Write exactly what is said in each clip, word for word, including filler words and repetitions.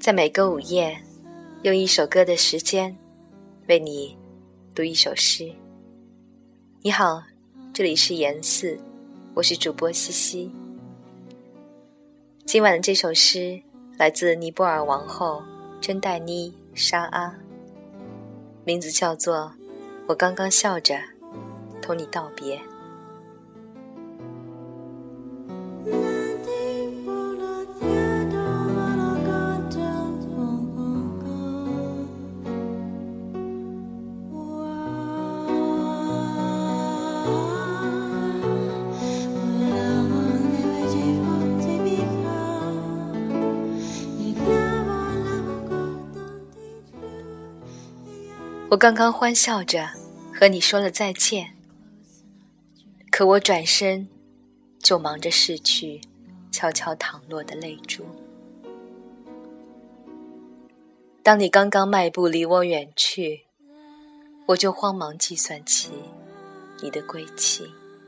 在每个午夜，用一首歌的时间为你读一首诗。你好，这里是言四，我是主播西西。今晚的这首诗来自尼泊尔王后珍黛妮沙阿，名字叫做我刚刚笑着同你道别。我刚刚欢笑着和你说了再见，可我转身就忙着拭去悄悄淌落的泪珠。当你刚刚迈步离我远去，我就慌忙计算起你的归期。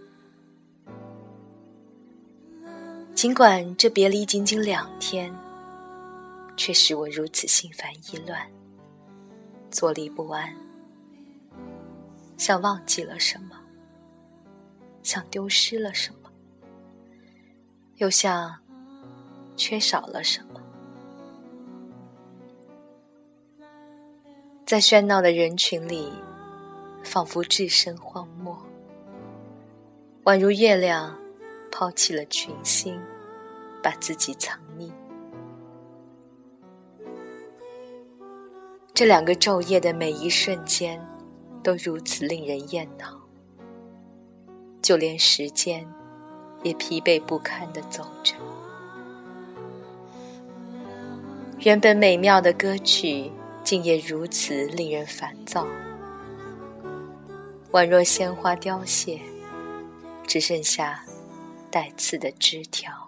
尽管这别离仅仅两天，却使我如此心烦意乱，坐立不安，像忘记了什么，像丢失了什么，又像缺少了什么。在喧闹的人群里，仿佛置身荒漠，宛如月亮抛弃了群星，把自己藏匿。这两个昼夜的每一瞬间都如此令人厌恼，就连时间也疲惫不堪地走着。原本美妙的歌曲竟也如此令人烦躁，宛若鲜花凋谢，只剩下带刺的枝条。